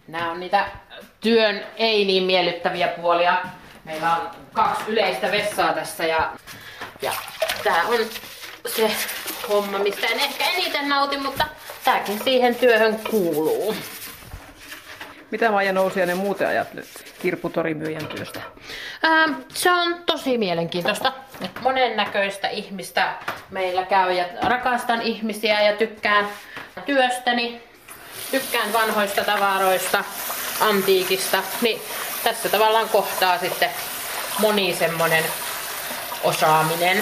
Nämä on niitä työn ei niin miellyttäviä puolia. Meillä on 2 yleistä vessaa tässä ja tää on se homma, mistä en ehkä eniten nauti, mutta tääkin siihen työhön kuuluu. Mitä Maija Nousiainen muuten ajattelet kirpputorimyyjän työstä? Se on tosi mielenkiintoista. Monennäköistä ihmistä meillä käy ja rakastan ihmisiä ja tykkään työstäni. Tykkään vanhoista tavaroista, antiikista. Niin tässä tavallaan kohtaa sitten moni semmonen osaaminen.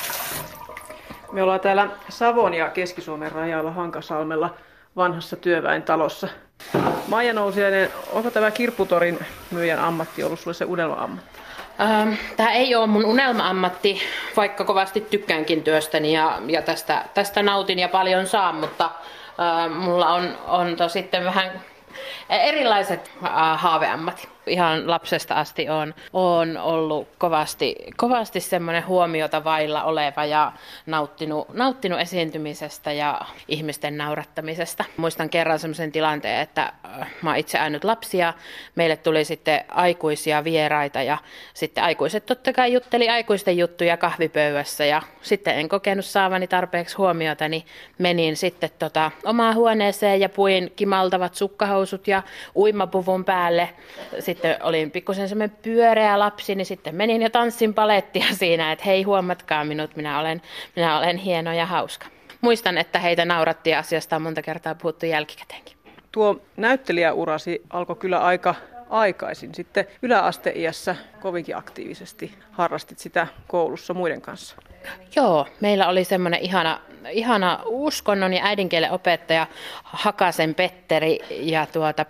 Me ollaan täällä Savon ja Keski-Suomen rajalla Hankasalmella vanhassa työväentalossa. Maija Nousiainen, onko tämä kirpputorin myyjän ammatti ollut sulle se unelma-ammatti? Tämä ei ole mun unelma-ammatti, vaikka kovasti tykkäänkin työstäni ja tästä nautin ja paljon saan, mutta mulla on sitten vähän erilaiset haaveammat. Ihan lapsesta asti on ollut kovasti semmoinen huomiota vailla oleva ja nauttinut esiintymisestä ja ihmisten naurattamisesta. Muistan kerran semmoisen tilanteen, että mä oon itse ainut lapsi ja meille tuli sitten aikuisia vieraita ja sitten aikuiset totta kai jutteli aikuisten juttuja kahvipöydässä ja sitten en kokenut saavani tarpeeksi huomiota, niin menin sitten omaan huoneeseen ja puin kimaltavat sukkahousut ja uimapuvun päälle. Sitten olin pikkusen semmoinen pyöreä lapsi, niin sitten menin ja tanssin palettia siinä, että hei huomatkaa minut, minä olen hieno ja hauska. Muistan, että heitä naurattiin asiasta on monta kertaa puhuttu jälkikäteenkin. Tuo näyttelijäurasi alkoi kyllä aika aikaisin. Sitten yläasteiässä kovinkin aktiivisesti harrastit sitä koulussa muiden kanssa. Joo, meillä oli semmoinen ihana uskonnon ja äidinkielen opettaja Hakasen Petteri. Ja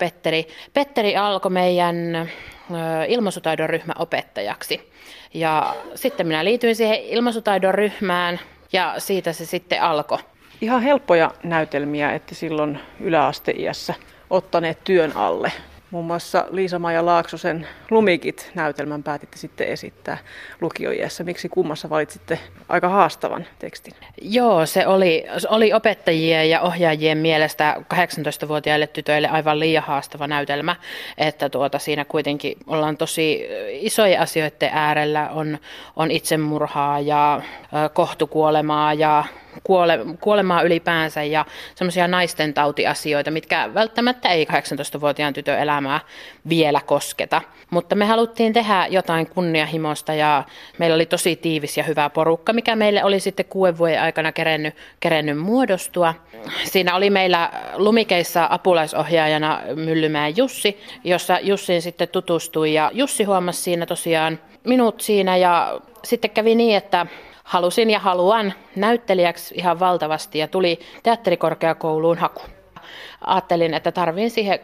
Petteri alkoi meidän ilmaisutaidon ryhmän opettajaksi. Ja sitten minä liityin siihen ilmaisutaidon ryhmään ja siitä se sitten alkoi. Ihan helppoja näytelmiä, että silloin yläasteiässä ottaneet työn alle. Muun muassa Liisa-Maija Laaksosen Lumikit-näytelmän päätitte sitten esittää lukioiässä. Miksi kummassa valitsitte aika haastavan tekstin? Joo, se oli opettajien ja ohjaajien mielestä 18-vuotiaille tytöille aivan liian haastava näytelmä. Että siinä kuitenkin ollaan tosi isoja asioiden äärellä. On itsemurhaa ja kohtukuolemaa ja kuolemaa ylipäänsä ja semmoisia naisten tautiasioita, mitkä välttämättä ei 18-vuotiaan tytön elämää vielä kosketa. Mutta me haluttiin tehdä jotain kunnianhimoista ja meillä oli tosi tiivis ja hyvä porukka, mikä meille oli sitten 6 vuoden aikana kerennyt muodostua. Siinä oli meillä Lumikeissa apulaisohjaajana Myllymäen Jussi, jossa Jussiin sitten tutustui ja Jussi huomasi siinä tosiaan minut siinä ja sitten kävi niin, että halusin ja haluan näyttelijäksi ihan valtavasti ja tuli teatterikorkeakouluun haku. Ajattelin, että tarvin siihen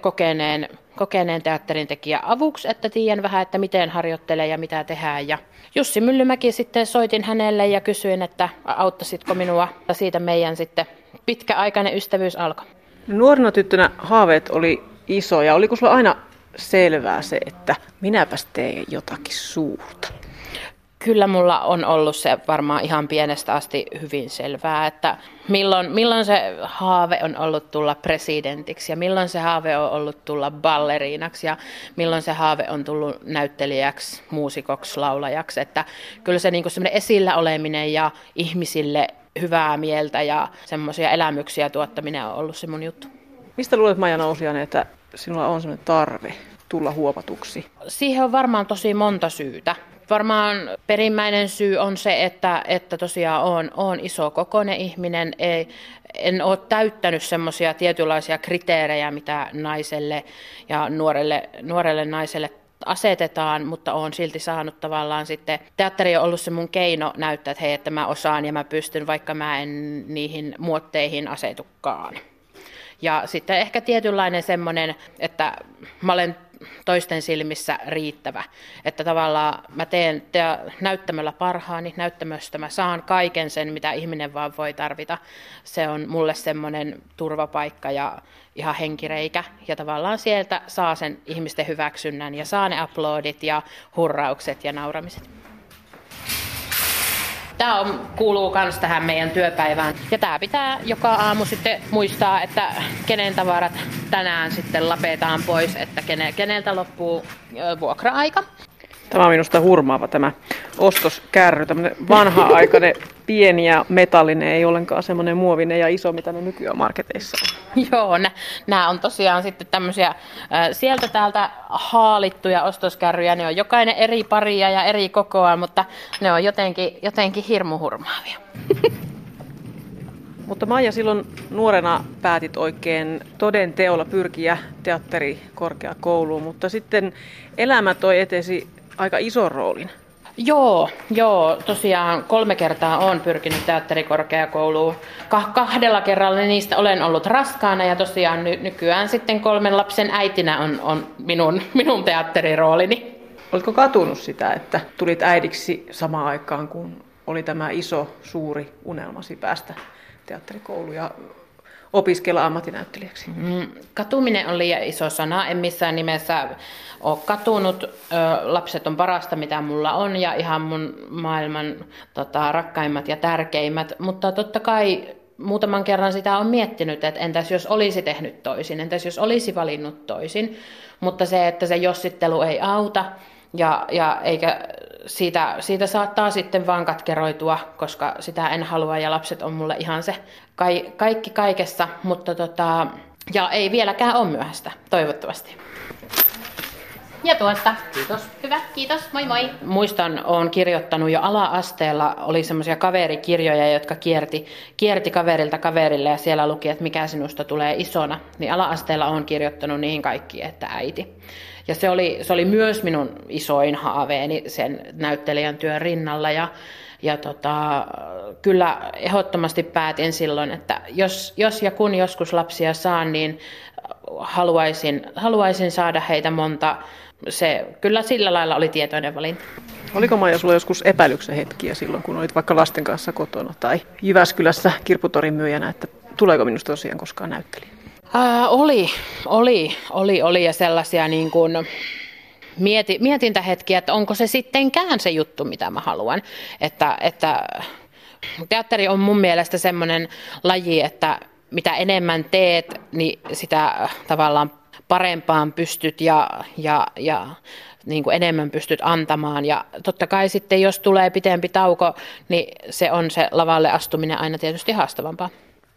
kokeneen teatterintekijän avuksi, että tiedän vähän, että miten harjoittelee ja mitä tehdään. Ja Jussi Myllymäki sitten soitin hänelle ja kysyin, että auttaisitko minua. Siitä meidän sitten pitkäaikainen ystävyys alkoi. Nuorena tyttönä haaveet oli isoja. Oliko sulla aina selvää se, että minäpäs teen jotakin suurta? Kyllä mulla on ollut se varmaan ihan pienestä asti hyvin selvää, että milloin se haave on ollut tulla presidentiksi ja milloin se haave on ollut tulla balleriinaksi ja milloin se haave on tullut näyttelijäksi, muusikoksi, laulajaksi. Että kyllä se niinku semmoinen esillä oleminen ja ihmisille hyvää mieltä ja semmoisia elämyksiä tuottaminen on ollut se mun juttu. Mistä luulet, Maija Nousiainen, että sinulla on semmoinen tarve tulla huomatuksi? Siihen on varmaan tosi monta syytä. Varmaan perimmäinen syy on se, että tosiaan olen isokokoinen ihminen. En ole täyttänyt semmoisia tietynlaisia kriteerejä, mitä naiselle ja nuorelle naiselle asetetaan, mutta olen silti saanut tavallaan sitten, teatteri on ollut se mun keino näyttää, että hei, että mä osaan ja mä pystyn, vaikka mä en niihin muotteihin asetukaan. Ja sitten ehkä tietynlainen semmoinen, että mä olen toisten silmissä riittävä. Että tavallaan mä teen näyttämällä parhaani, näyttämöstä mä saan kaiken sen, mitä ihminen vaan voi tarvita. Se on mulle semmoinen turvapaikka ja ihan henkireikä. Ja tavallaan sieltä saa sen ihmisten hyväksynnän ja saa ne aplodit ja hurraukset ja nauramiset. Tämä kuuluu myös tähän meidän työpäivään. Ja tämä pitää joka aamu sitten muistaa, että kenen tavarat tänään sitten lapetaan pois, että keneltä loppuu vuokra-aika. Tämä on minusta hurmaava tämä ostoskärry, tämmöinen vanha-aikainen, pieni ja metallinen, ei ollenkaan semmoinen muovinen ja iso, mitä ne nykyään marketeissa on. Joo, nämä on tosiaan sitten tämmöisiä sieltä täältä haalittuja ostoskärryjä. Ne on jokainen eri paria ja eri kokoa, mutta ne on jotenkin hirmu hurmaavia. Mutta Maija, silloin nuorena päätit oikein toden teolla pyrkiä teatterikorkeakouluun, mutta sitten elämä toi eteesi aika ison roolin. Joo, tosiaan 3 kertaa olen pyrkinyt teatterikorkeakouluun. 2 kerralla niistä olen ollut raskaana ja tosiaan nykyään sitten 3 lapsen äitinä on minun teatteriroolini. Oletko katunut sitä, että tulit äidiksi samaan aikaan, kun oli tämä iso, suuri unelmasi päästä teatterikouluun ja opiskella ammattinäyttelijäksi? Katuminen on liian iso sana. En missään nimessä ole katunut. Lapset on parasta, mitä mulla on ja ihan mun maailman rakkaimmat ja tärkeimmät. Mutta totta kai muutaman kerran sitä on miettinyt, että entäs jos olisi tehnyt toisin, entäs jos olisi valinnut toisin. Mutta se, että se jossittelu ei auta ja eikä siitä saattaa sitten vaan katkeroitua, koska sitä en halua ja lapset on mulle ihan se kaikki kaikessa, mutta ja ei vieläkään ole myöhäistä, toivottavasti. Ja tuosta. Kiitos. Hyvä, kiitos. Moi moi. Muistan, olen kirjoittanut jo ala-asteella, oli semmoisia kaverikirjoja, jotka kierti kaverilta kaverille ja siellä luki, että mikä sinusta tulee isona. Niin ala-asteella olen kirjoittanut niihin kaikkiin, että äiti. Ja se oli myös minun isoin haaveeni sen näyttelijän työn rinnalla ja kyllä ehdottomasti päätin silloin, että jos ja kun joskus lapsia saan, niin haluaisin saada heitä monta. Se kyllä sillä lailla oli tietoinen valinta. Oliko Maija sulla joskus epäilyksen hetkiä silloin, kun olit vaikka lasten kanssa kotona tai Jyväskylässä kirpputorin myyjänä, että tuleeko minusta tosiaan koskaan näyttelijä? Oli ja sellaisia niin kuin mietintähetkiä, että onko se sittenkään se juttu, mitä mä haluan. Että teatteri on mun mielestä semmoinen laji, että mitä enemmän teet, niin sitä tavallaan parempaan pystyt ja niin kuin enemmän pystyt antamaan. Ja totta kai sitten, jos tulee pitempi tauko, niin se on se lavalle astuminen aina tietysti haastavampaa.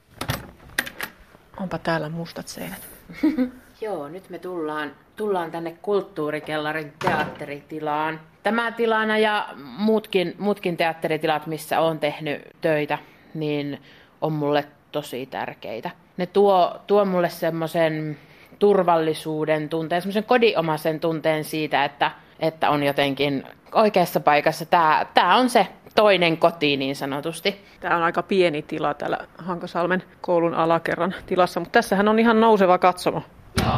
Onpa täällä mustat seinät. Joo, nyt me tullaan tänne Kulttuurikellarin teatteritilaan. Tämä tilana ja muutkin teatteritilat, missä olen tehnyt töitä, niin on mulle tosi tärkeitä. Ne tuo mulle semmoisen turvallisuuden tunteen, semmoisen kodinomaisen tunteen siitä, että on jotenkin oikeassa paikassa. Tämä on se toinen koti niin sanotusti. Tämä on aika pieni tila täällä Hankasalmen koulun alakerran tilassa, mutta tässähän on ihan nouseva katsomo. Joo.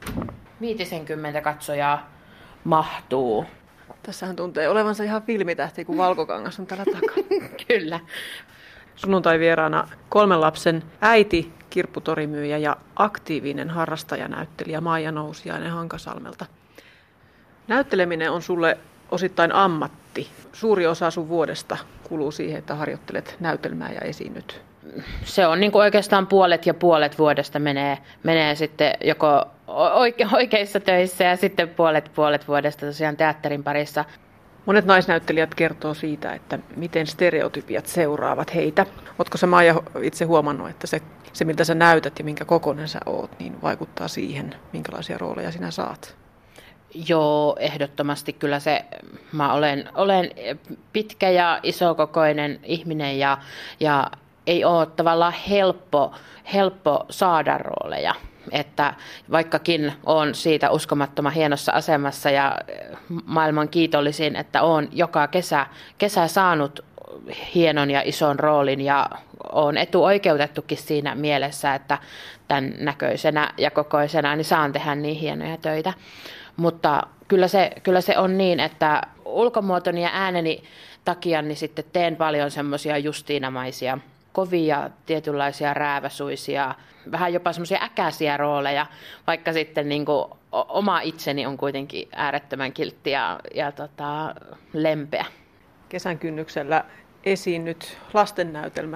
50 katsojaa mahtuu. Tässähän tuntee olevansa ihan filmitähti, kun Valkokangas on täällä takana. Kyllä. Sunnuntai-vieraana 3 lapsen äiti, kirpputorimyyjä ja aktiivinen harrastajanäyttelijä Maija Nousiainen Hankasalmelta. Näytteleminen on sulle osittain ammatti. Suuri osa sun vuodesta kuluu siihen, että harjoittelet näytelmää ja esiinnyt. Se on niin kuin oikeastaan puolet vuodesta menee sitten joko oikeissa töissä ja sitten puolet vuodesta tosiaan teatterin parissa. Monet naisnäyttelijät kertoo siitä, että miten stereotypiat seuraavat heitä. Ootko sä, Maija, itse huomannut, että se miltä sä näytät ja minkä kokoinen sä oot, niin vaikuttaa siihen, minkälaisia rooleja sinä saat? Joo, ehdottomasti kyllä mä olen pitkä ja isokokoinen ihminen ja ei ole tavallaan helppo saada rooleja. Että vaikkakin olen siitä uskomattoman hienossa asemassa ja maailman kiitollisin, että olen joka kesä saanut hienon ja ison roolin ja olen etuoikeutettukin siinä mielessä, että tämän näköisenä ja kokoisena niin saan tehdä niin hienoja töitä. Mutta kyllä se on niin, että ulkomuotoni ja ääneni takia niin sitten teen paljon semmoisia justiinamaisia, kovia, tietynlaisia rääväsuisia, vähän jopa semmoisia äkäisiä rooleja, vaikka sitten niin kuin oma itseni on kuitenkin äärettömän kiltti ja lempeä. Kesän kynnyksellä esiinnyt lastennäytelmässä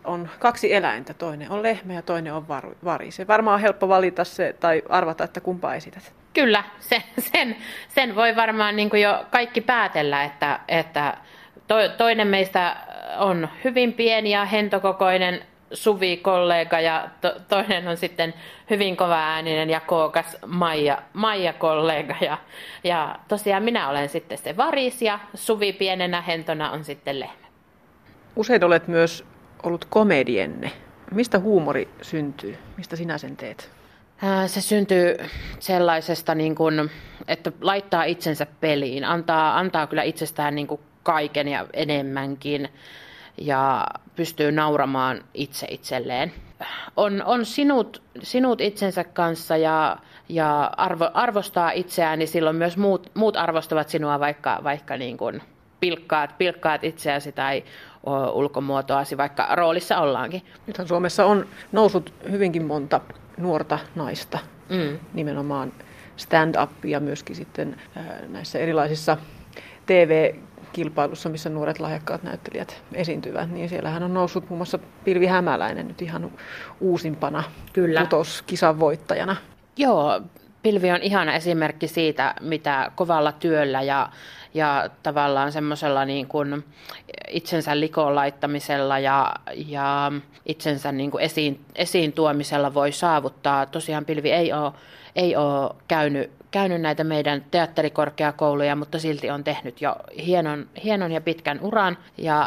on kaksi eläintä, toinen on lehmä ja toinen on vari. Se varmaan on helppo valita se tai arvata, että kumpaa esität. Kyllä, sen voi varmaan niin kuin jo kaikki päätellä, että toinen meistä on hyvin pieni ja hentokokoinen Suvi-kollega ja toinen on sitten hyvin kovaääninen ja kookas Maija-kollega. Ja tosiaan minä olen sitten se varis ja Suvi pienenä hentona on sitten lehmä. Usein olet myös ollut komedienne. Mistä huumori syntyy? Mistä sinä sen teet? Se syntyy sellaisesta, niin kuin, että laittaa itsensä peliin, antaa kyllä itsestään niin kuin kaiken ja enemmänkin ja pystyy nauramaan itse itselleen. On sinut itsensä kanssa ja arvostaa itseään, niin silloin myös muut arvostavat sinua, vaikka niin kuin pilkkaat itseäsi tai ulkomuotoasi, vaikka roolissa ollaankin. Nythän Suomessa on noussut hyvinkin monta nuorta naista, nimenomaan stand-up ja myöskin sitten näissä erilaisissa TV-kilpailussa, missä nuoret lahjakkaat näyttelijät esiintyvät, niin siellähän on noussut muun muassa Pilvi Hämäläinen nyt ihan uusimpana putoskisan voittajana. Joo, Pilvi on ihana esimerkki siitä, mitä kovalla työllä ja tavallaan semmoisella niin kuin itsensä likoon laittamisella ja itsensä niin kuin esiin tuomisella voi saavuttaa. Tosiaan Pilvi ei ole käynyt näitä meidän teatterikorkeakouluja, mutta silti on tehnyt jo hienon ja pitkän uran. Ja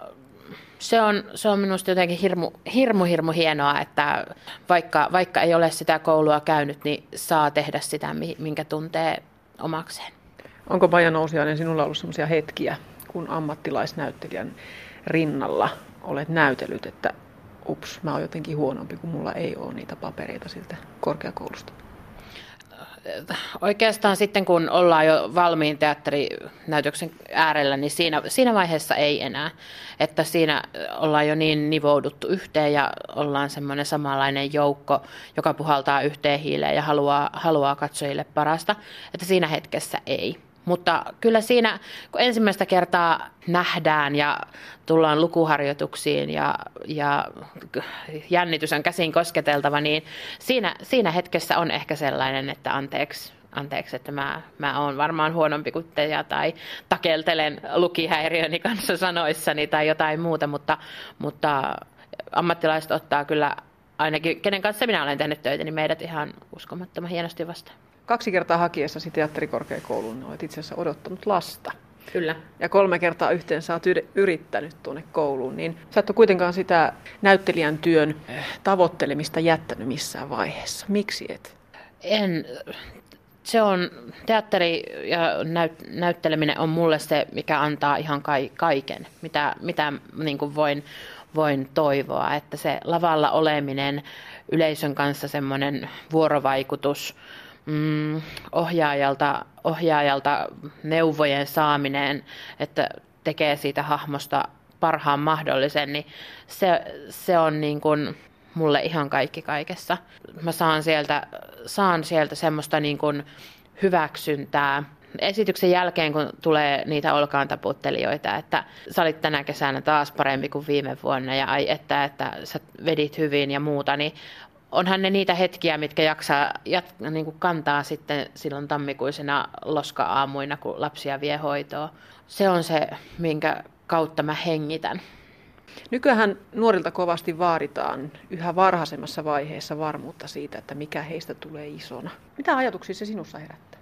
se on minusta jotenkin hirmu hienoa, että vaikka ei ole sitä koulua käynyt, niin saa tehdä sitä, minkä tuntee omakseen. Onko Maija Nousiainen sinulla ollut sellaisia hetkiä, kun ammattilaisnäyttelijän rinnalla olet näytellyt, että ups, mä oon jotenkin huonompi, kun mulla ei ole niitä papereita siltä korkeakoulusta? Oikeastaan sitten, kun ollaan jo valmiin teatterinäytöksen äärellä, niin siinä vaiheessa ei enää. Että siinä ollaan jo niin nivouduttu yhteen ja ollaan semmoinen samanlainen joukko, joka puhaltaa yhteen hiileen ja haluaa katsojille parasta. Että siinä hetkessä ei. Mutta kyllä siinä, kun ensimmäistä kertaa nähdään ja tullaan lukuharjoituksiin ja jännitys on käsin kosketeltava, niin siinä hetkessä on ehkä sellainen, että anteeksi, että mä oon varmaan huonompi kuin te tai takeltelen lukihäiriöni kanssa sanoissani tai jotain muuta, mutta ammattilaiset ottaa kyllä ainakin, kenen kanssa minä olen tehnyt töitä, niin meidät ihan uskomattoman hienosti vastaan. 2 kertaa hakiessasi teatterikorkeakouluun olet itse asiassa odottanut lasta. Kyllä. Ja 3 kertaa yhteensä olet yrittänyt tuonne kouluun, niin sä et ole kuitenkaan sitä näyttelijän työn tavoittelemista jättänyt missään vaiheessa. Miksi et? Se on, teatteri ja näytteleminen on mulle se, mikä antaa ihan kaiken, mitä niin kuin voin toivoa, että se lavalla oleminen, yleisön kanssa semmoinen vuorovaikutus, ohjaajalta neuvojen saaminen, että tekee siitä hahmosta parhaan mahdollisen, niin se on niin kuin mulle ihan kaikki kaikessa. Mä saan sieltä semmoista niin kuin hyväksyntää. Esityksen jälkeen, kun tulee niitä olkaan taputtelijoita, että sä olit tänä kesänä taas parempi kuin viime vuonna ja ai että sä vedit hyvin ja muuta, niin onhan ne niitä hetkiä, mitkä jaksaa niin kuin kantaa sitten silloin tammikuisena loska-aamuina, kun lapsia vie hoitoon. Se on se, minkä kautta mä hengitän. Nykyään nuorilta kovasti vaaditaan yhä varhaisemmassa vaiheessa varmuutta siitä, että mikä heistä tulee isona. Mitä ajatuksia se sinussa herättää?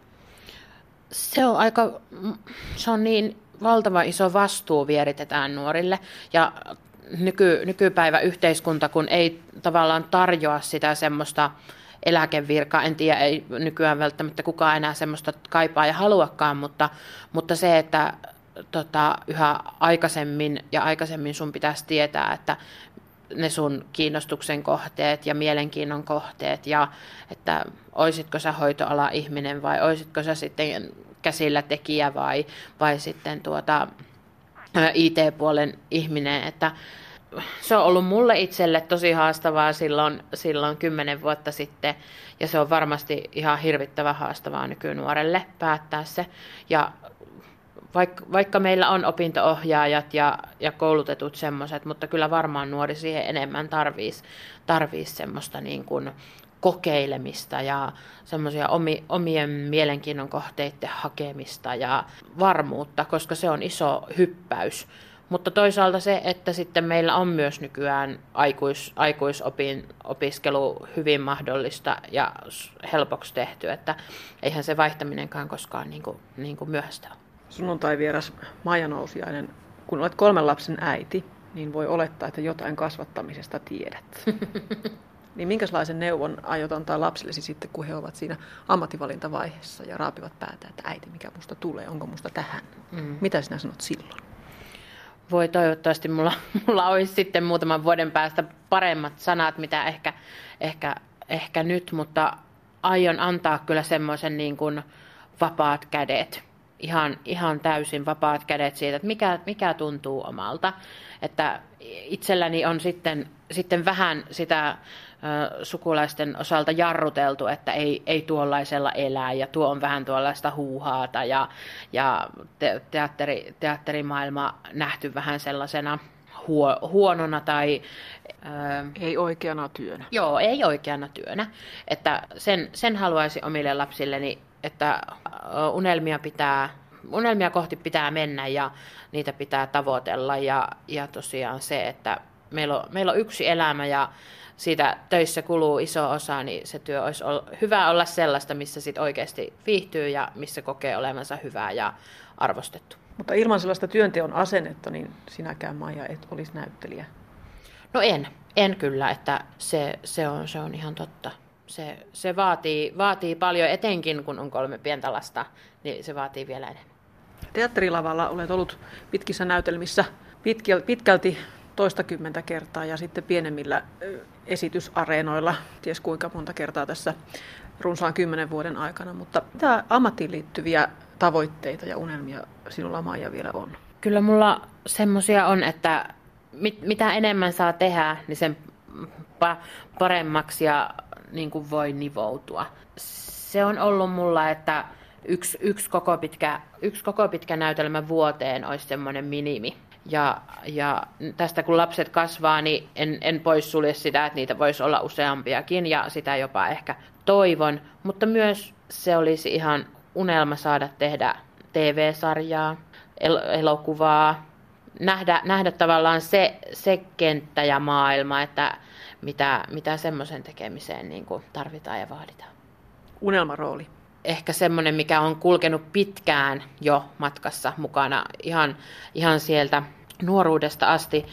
Se on niin valtava iso vastuu vieritetään nuorille ja nykypäivä yhteiskunta, kun ei tavallaan tarjoa sitä semmoista eläkevirkaa, en tiedä, ei nykyään välttämättä kukaan enää semmoista kaipaa ja haluakaan, mutta se, että yhä aikaisemmin sun pitäisi tietää, että ne sun kiinnostuksen kohteet ja mielenkiinnon kohteet ja että oisitko sä hoitoala ihminen vai oisitko sä sitten käsillä tekijä vai sitten IT-puolen ihminen, että se on ollut mulle itselle tosi haastavaa silloin 10 vuotta sitten ja se on varmasti ihan hirvittävän haastavaa nykynuorelle päättää se ja vaikka meillä on opinto-ohjaajat ja koulutetut semmoiset, mutta kyllä varmaan nuori siihen enemmän tarvitsisi semmoista niin kuin kokeilemista ja semmoisia omien mielenkiinnon kohteiden hakemista ja varmuutta, koska se on iso hyppäys. Mutta toisaalta se, että sitten meillä on myös nykyään aikuisopiskelu hyvin mahdollista ja helpoksi tehty, että eihän se vaihtaminenkaan koskaan niin kuin myöhäistä ole. Sunnuntai-vieras Maija Nousiainen, kun olet 3 lapsen äiti, niin voi olettaa, että jotain kasvattamisesta tiedät. Niin minkälaisen neuvon aiot antaa lapsillesi sitten, kun he ovat siinä ammattivalintavaiheessa ja raapivat päätä, että äiti, mikä musta tulee, onko musta tähän? Mitä sinä sanot silloin? Voi toivottavasti mulla olisi sitten muutaman vuoden päästä paremmat sanat, mitä ehkä nyt, mutta aion antaa kyllä semmoisen niin kuin vapaat kädet. Ihan täysin vapaat kädet siitä, että mikä tuntuu omalta. Että itselläni on sitten vähän sitä sukulaisten osalta jarruteltu, että ei tuollaisella elää ja tuo on vähän tuollaista huuhaata ja teatterimaailma nähty vähän sellaisena huonona tai... Ei oikeana työnä. Joo, ei oikeana työnä. Että sen haluaisin omille lapsilleni, että unelmia kohti pitää mennä ja niitä pitää tavoitella ja tosiaan se, että meillä on yksi elämä ja siitä töissä kuluu iso osa, niin se työ olisi hyvä olla sellaista, missä sit oikeasti viihtyy ja missä kokee olevansa hyvää ja arvostettu. Mutta ilman sellaista työnteon asennetta, niin sinäkään, Maija, et olisi näyttelijä. No en kyllä, että se on ihan totta. Se vaatii paljon, etenkin kun on 3 pientä lasta, niin se vaatii vielä enemmän. Teatterilavalla olet ollut pitkissä näytelmissä pitkälti toistakymmentä kertaa ja sitten pienemmillä esitysareenoilla, ties kuinka monta kertaa tässä runsaan 10 vuoden aikana. Mutta mitä ammattiin liittyviä tavoitteita ja unelmia sinulla, Maija, vielä on? Kyllä mulla semmoisia on, että mitä enemmän saa tehdä, niin sen paremmaksi ja niin kuin voi nivoutua. Se on ollut mulla, että yksi koko pitkä näytelmä vuoteen olisi semmoinen minimi. Ja tästä kun lapset kasvaa, niin en poissulje sitä, että niitä voisi olla useampiakin ja sitä jopa ehkä toivon. Mutta myös se olisi ihan unelma saada tehdä TV-sarjaa, elokuvaa, nähdä tavallaan se kenttä ja maailma, että mitä semmoisen tekemiseen niin kuin tarvitaan ja vaaditaan. Unelmarooli. Ehkä semmoinen, mikä on kulkenut pitkään jo matkassa mukana, ihan sieltä nuoruudesta asti,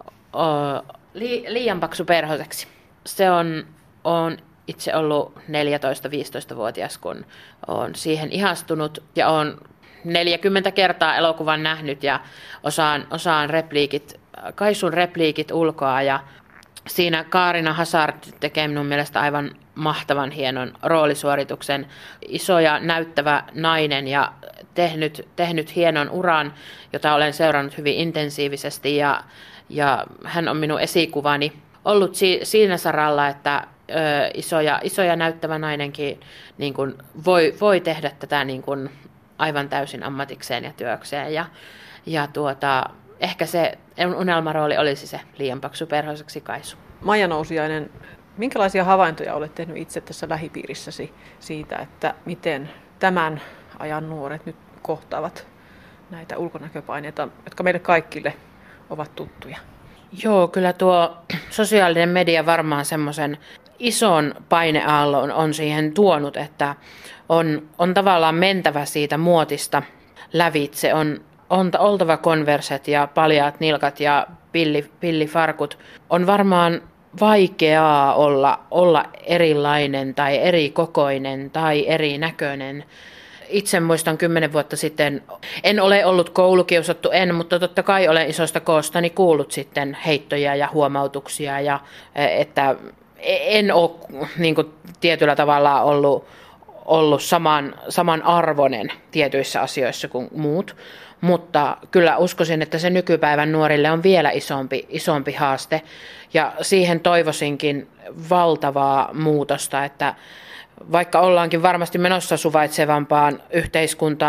liian paksu perhoseksi. Se on itse ollut 14-15-vuotias, kun olen siihen ihastunut ja olen 40 kertaa elokuvan nähnyt ja osaan Kaisun repliikit ulkoa ja siinä Kaarina Hazard tekee minun mielestä aivan mahtavan hienon roolisuorituksen. Iso ja näyttävä nainen ja tehnyt hienon uran, jota olen seurannut hyvin intensiivisesti ja hän on minun esikuvani ollut siinä saralla, että iso ja näyttävä nainenkin niin kuin voi tehdä tätä niin kuin aivan täysin ammatikseen ja työkseen ja ehkä se unelmarooli olisi se liian paksu perhoseksi Kaisu. Maija Nousiainen, minkälaisia havaintoja olet tehnyt itse tässä lähipiirissäsi siitä, että miten tämän ajan nuoret nyt kohtaavat näitä ulkonäköpaineita, jotka meille kaikille ovat tuttuja? Joo, kyllä tuo sosiaalinen media varmaan semmoisen ison paineaallon on siihen tuonut, että on tavallaan mentävä siitä muotista lävitse. On oltava konverset ja paljaat nilkat ja pillifarkut. On varmaan vaikeaa olla erilainen tai eri kokoinen tai eri näköinen. Itse muistan 10 vuotta sitten, en ole ollut koulukiusattu, mutta totta kai olen isosta koostani kuullut sitten heittoja ja huomautuksia, ja että en ole niin kuin tietyllä tavalla ollut samanarvoinen tietyissä asioissa kuin muut, mutta kyllä uskoisin, että se nykypäivän nuorille on vielä isompi haaste, ja siihen toivoisinkin valtavaa muutosta, että vaikka ollaankin varmasti menossa suvaitsevampaan yhteiskuntaan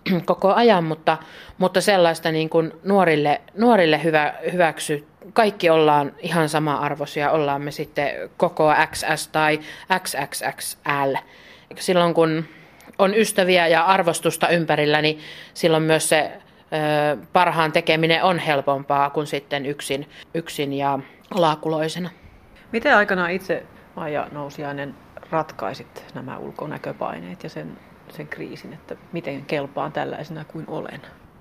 koko ajan, mutta sellaista niin kuin nuorille hyväksy. Kaikki ollaan ihan sama-arvoisia, ollaan me sitten koko XS tai XXXL. Silloin kun on ystäviä ja arvostusta ympärillä, niin silloin myös se parhaan tekeminen on helpompaa kuin sitten yksin ja laakuloisena. Miten aikanaan itse, Maija Nousiainen, ratkaisit nämä ulkonäköpaineet ja sen kriisin, että miten kelpaan tällaisena kuin olen?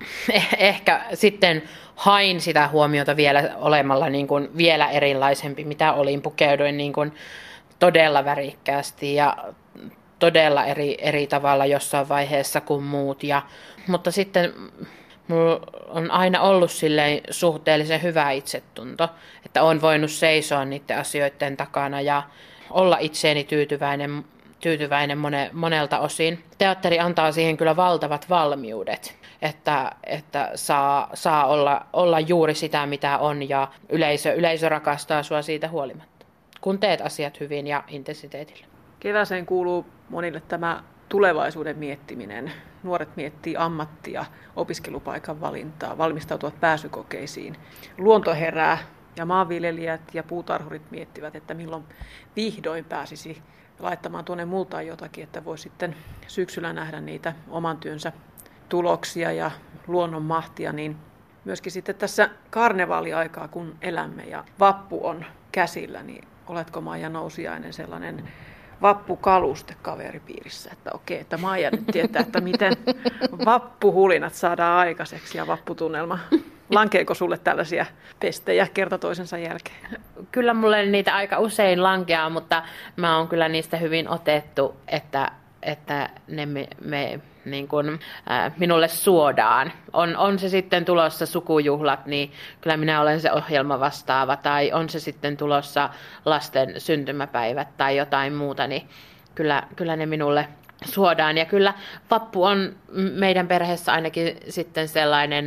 Ehkä sitten hain sitä huomiota vielä olemalla niin kuin vielä erilaisempi, mitä olin. Pukeuduin niin kuin todella värikkäästi ja todella eri tavalla jossain vaiheessa kuin muut. Mutta sitten mulla on aina ollut silleen suhteellisen hyvä itsetunto, että olen voinut seisoa niiden asioiden takana ja olla itseeni tyytyväinen monelta osin. Teatteri antaa siihen kyllä valtavat valmiudet, että saa olla juuri sitä, mitä on, ja yleisö rakastaa sua siitä huolimatta, kun teet asiat hyvin ja intensiteetillä. Kevääseen kuuluu monille tämä tulevaisuuden miettiminen. Nuoret miettii ammattia, opiskelupaikan valintaa, valmistautuvat pääsykokeisiin. Luonto herää ja maanviljelijät ja puutarhurit miettivät, että milloin vihdoin pääsisi laittamaan tuonne multaan jotakin, että voi sitten syksyllä nähdä niitä oman työnsä tuloksia ja luonnon mahtia, niin myöskin sitten tässä karnevaaliaikaa, kun elämme ja vappu on käsillä, niin oletko Maija Nousiainen sellainen vappukaluste kaveripiirissä, että okei, että Maija nyt tietää, että miten vappuhulinat saadaan aikaiseksi ja vapputunnelma. Lankeeko sulle tällaisia testejä kerta toisensa jälkeen? Kyllä mulle niitä aika usein lankeaa, mutta mä oon kyllä niistä hyvin otettu, että ne niin kuin, minulle suodaan. On se sitten tulossa sukujuhlat, niin kyllä minä olen se ohjelma vastaava, tai on se sitten tulossa lasten syntymäpäivät tai jotain muuta, niin kyllä ne minulle suodaan. Ja kyllä vappu on meidän perheessä ainakin sitten sellainen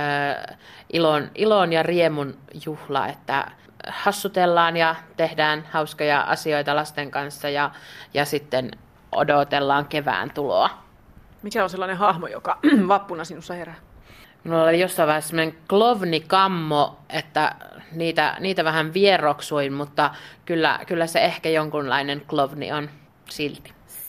ilon ja riemun juhla, että hassutellaan ja tehdään hauskoja asioita lasten kanssa ja sitten odotellaan kevään tuloa. Mikä on sellainen hahmo, joka vappuna sinussa herää? Minulla oli jossain vaiheessa sellainen klovnikammo, että niitä vähän vieroksuin, mutta kyllä se ehkä jonkunlainen klovni on silti.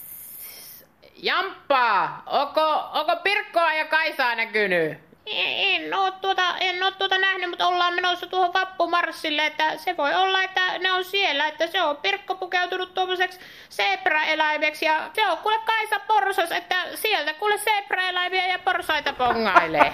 Jamppaa! Onko Pirkkoa ja Kaisaa näkynyt? En ole tuota nähnyt, mutta ollaan menossa tuohon vappumarssille, että se voi olla, että ne on siellä, että se on Pirkko pukeutunut tuommoiseksi zebraeläimeksi ja se on kuule Kaisa porsas, että sieltä kuule zebraeläimiä ja porsaita pongailee.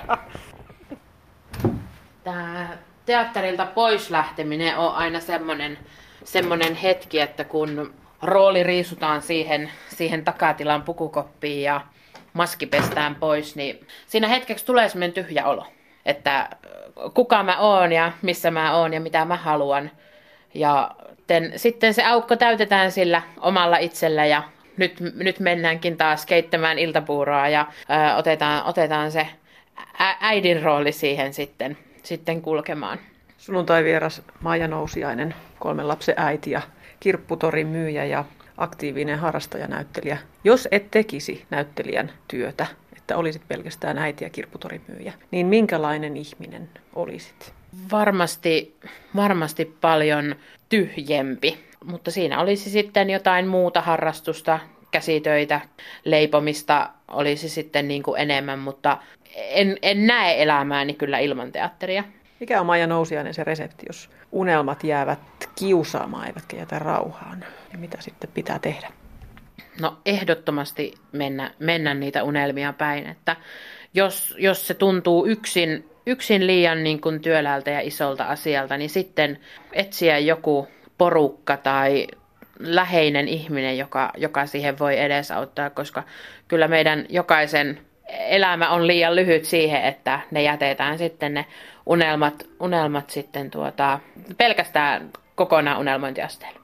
Tää teatterilta pois lähteminen on aina semmonen hetki, että kun rooli riisutaan siihen takatilan pukukoppiin ja maski pestään pois, niin siinä hetkeksi tulee semmoinen tyhjä olo, että kuka mä oon ja missä mä oon ja mitä mä haluan. Ja sitten se aukko täytetään sillä omalla itsellä ja nyt mennäänkin taas keittämään iltapuuroa ja otetaan se äidin rooli siihen sitten kulkemaan. Sunnuntai-vieras Maija Nousiainen, 3 lapsen äiti ja kirpputorin myyjä ja aktiivinen harrastajanäyttelijä. Jos et tekisi näyttelijän työtä, että olisit pelkästään äiti ja kirpputorin myyjä, niin minkälainen ihminen olisit? Varmasti paljon tyhjempi, mutta siinä olisi sitten jotain muuta harrastusta, käsitöitä, leipomista olisi sitten niin kuin enemmän, mutta en näe elämääni kyllä ilman teatteria. Mikä on Maija Nousiainen se resepti, jos unelmat jäävät kiusaamaan eivätkä jätä rauhaan? Ja mitä sitten pitää tehdä? No ehdottomasti mennä niitä unelmia päin, että jos se tuntuu yksin liian niin kuin työläältä ja isolta asialta, niin sitten etsiä joku porukka tai läheinen ihminen, joka siihen voi edesauttaa, koska kyllä meidän jokaisen elämä on liian lyhyt siihen, että ne jätetään sitten ne unelmat sitten pelkästään kokonaan unelmointiasteelle.